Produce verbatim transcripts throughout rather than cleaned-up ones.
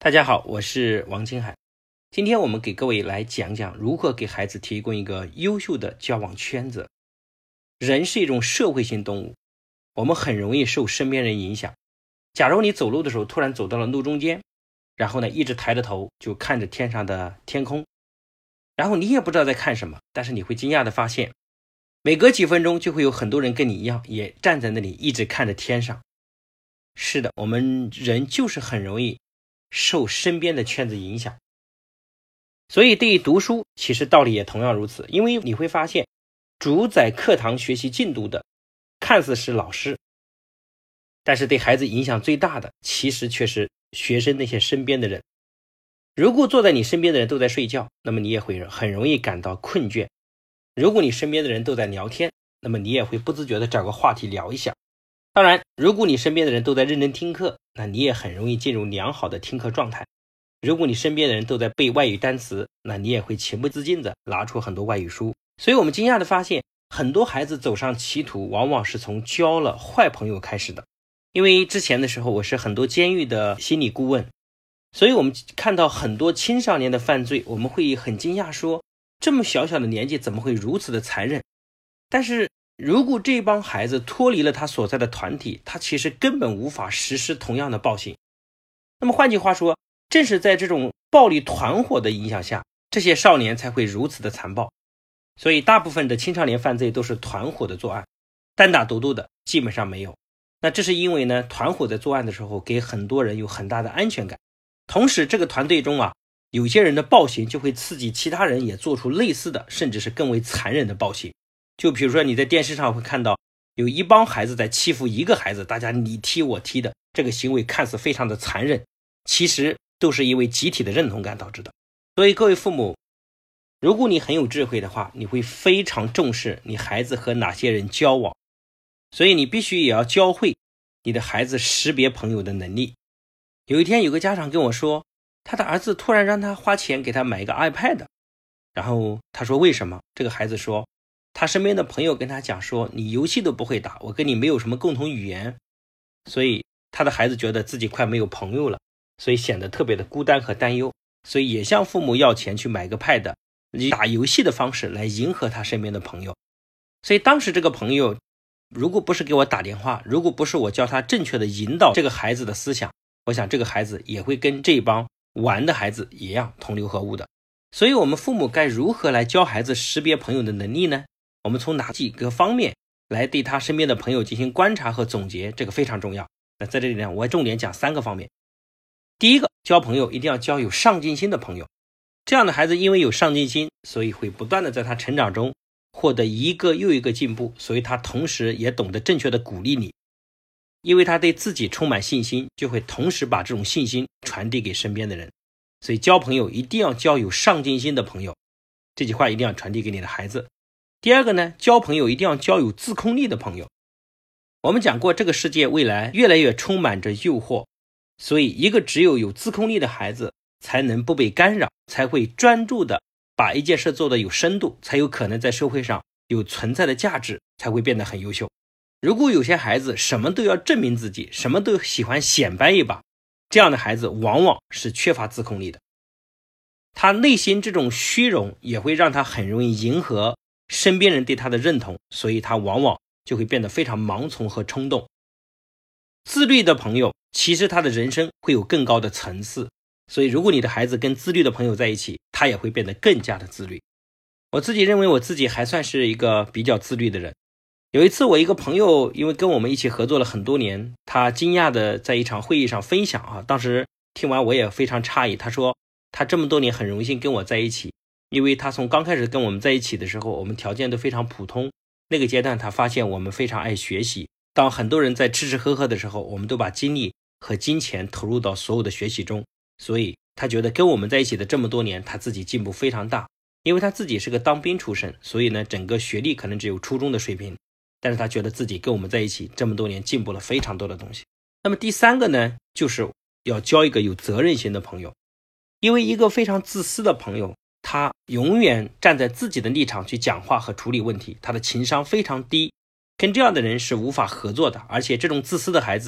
大家好，我是王金海。今天我们给各位来讲讲如何给孩子提供一个优秀的交往圈子。人是一种社会性动物，我们很容易受身边人影响。假如你走路的时候突然走到了路中间，然后呢一直抬着头就看着天上的天空，然后你也不知道在看什么，但是你会惊讶的发现，每隔几分钟就会有很多人跟你一样也站在那里一直看着天上。是的，我们人就是很容易受身边的圈子影响。所以对于读书其实道理也同样如此，因为你会发现主宰课堂学习进度的看似是老师，但是对孩子影响最大的其实却是学生那些身边的人。如果坐在你身边的人都在睡觉，那么你也会很容易感到困倦。如果你身边的人都在聊天，那么你也会不自觉地找个话题聊一下。当然，如果你身边的人都在认真听课，那你也很容易进入良好的听课状态。如果你身边的人都在背外语单词，那你也会情不自禁地拿出很多外语书。所以我们惊讶地发现，很多孩子走上歧途往往是从交了坏朋友开始的。因为之前的时候我是很多监狱的心理顾问，所以我们看到很多青少年的犯罪，我们会很惊讶说，这么小小的年纪怎么会如此的残忍。但是如果这帮孩子脱离了他所在的团体，他其实根本无法实施同样的暴行。那么换句话说，正是在这种暴力团伙的影响下，这些少年才会如此的残暴。所以大部分的青少年犯罪都是团伙的作案，单打独斗的基本上没有。那这是因为呢，团伙在作案的时候给很多人有很大的安全感，同时这个团队中啊，有些人的暴行就会刺激其他人也做出类似的甚至是更为残忍的暴行。就比如说你在电视上会看到有一帮孩子在欺负一个孩子，大家你踢我踢的，这个行为看似非常的残忍，其实都是因为集体的认同感导致的。所以各位父母，如果你很有智慧的话，你会非常重视你孩子和哪些人交往，所以你必须也要教会你的孩子识别朋友的能力。有一天有个家长跟我说，他的儿子突然让他花钱给他买一个 iPad， 然后他说为什么？这个孩子说他身边的朋友跟他讲说，你游戏都不会打，我跟你没有什么共同语言，所以他的孩子觉得自己快没有朋友了，所以显得特别的孤单和担忧，所以也向父母要钱去买个 pad， 以打游戏的方式来迎合他身边的朋友。所以当时这个朋友如果不是给我打电话，如果不是我教他正确的引导这个孩子的思想，我想这个孩子也会跟这帮玩的孩子一样同流合污的。所以我们父母该如何来教孩子识别朋友的能力呢？我们从哪几个方面来对他身边的朋友进行观察和总结，这个非常重要。那在这里呢，我重点讲三个方面。第一个，交朋友一定要交有上进心的朋友。这样的孩子因为有上进心，所以会不断的在他成长中获得一个又一个进步，所以他同时也懂得正确的鼓励你。因为他对自己充满信心，就会同时把这种信心传递给身边的人。所以交朋友一定要交有上进心的朋友，这句话一定要传递给你的孩子。第二个呢，交朋友一定要交有自控力的朋友。我们讲过，这个世界未来越来越充满着诱惑，所以一个只有有自控力的孩子才能不被干扰，才会专注的把一件事做得有深度，才有可能在社会上有存在的价值，才会变得很优秀。如果有些孩子什么都要证明自己，什么都喜欢显摆一把，这样的孩子往往是缺乏自控力的。他内心这种虚荣也会让他很容易迎合身边人对他的认同，所以他往往就会变得非常盲从和冲动。自律的朋友其实他的人生会有更高的层次，所以如果你的孩子跟自律的朋友在一起，他也会变得更加的自律。我自己认为我自己还算是一个比较自律的人。有一次我一个朋友因为跟我们一起合作了很多年，他惊讶的在一场会议上分享啊，当时听完我也非常诧异，他说他这么多年很荣幸跟我在一起，因为他从刚开始跟我们在一起的时候，我们条件都非常普通，那个阶段他发现我们非常爱学习，当很多人在吃吃喝喝的时候，我们都把精力和金钱投入到所有的学习中，所以他觉得跟我们在一起的这么多年，他自己进步非常大。因为他自己是个当兵出身，所以呢整个学历可能只有初中的水平，但是他觉得自己跟我们在一起这么多年进步了非常多的东西。那么第三个呢，就是要交一个有责任心的朋友。因为一个非常自私的朋友，他永远站在自己的立场去讲话和处理问题，他的情商非常低，跟这样的人是无法合作的。而且这种自私的孩子，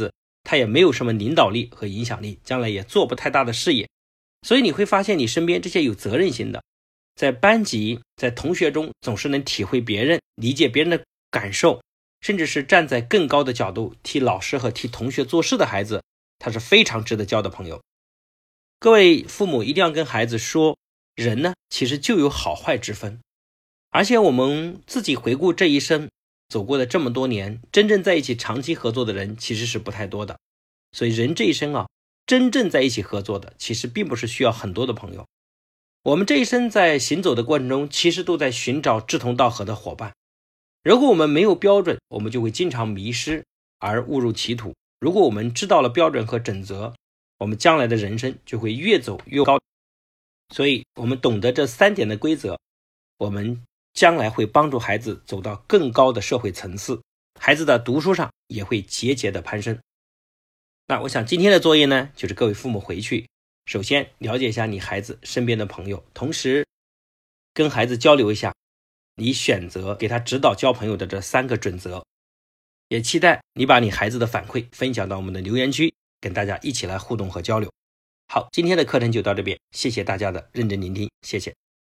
他也没有什么领导力和影响力，将来也做不太大的事业。所以你会发现你身边这些有责任心的，在班级在同学中总是能体会别人，理解别人的感受，甚至是站在更高的角度替老师和替同学做事的孩子，他是非常值得交的朋友。各位父母一定要跟孩子说，人呢其实就有好坏之分，而且我们自己回顾这一生走过的这么多年，真正在一起长期合作的人其实是不太多的。所以人这一生啊，真正在一起合作的其实并不是需要很多的朋友。我们这一生在行走的过程中，其实都在寻找志同道合的伙伴。如果我们没有标准，我们就会经常迷失而误入歧途。如果我们知道了标准和准则，我们将来的人生就会越走越高。所以我们懂得这三点的规则，我们将来会帮助孩子走到更高的社会层次，孩子的读书上也会节节的攀升。那我想今天的作业呢，就是各位父母回去首先了解一下你孩子身边的朋友，同时跟孩子交流一下你选择给他指导交朋友的这三个准则。也期待你把你孩子的反馈分享到我们的留言区，跟大家一起来互动和交流。好，今天的课程就到这边，谢谢大家的认真聆听，谢谢。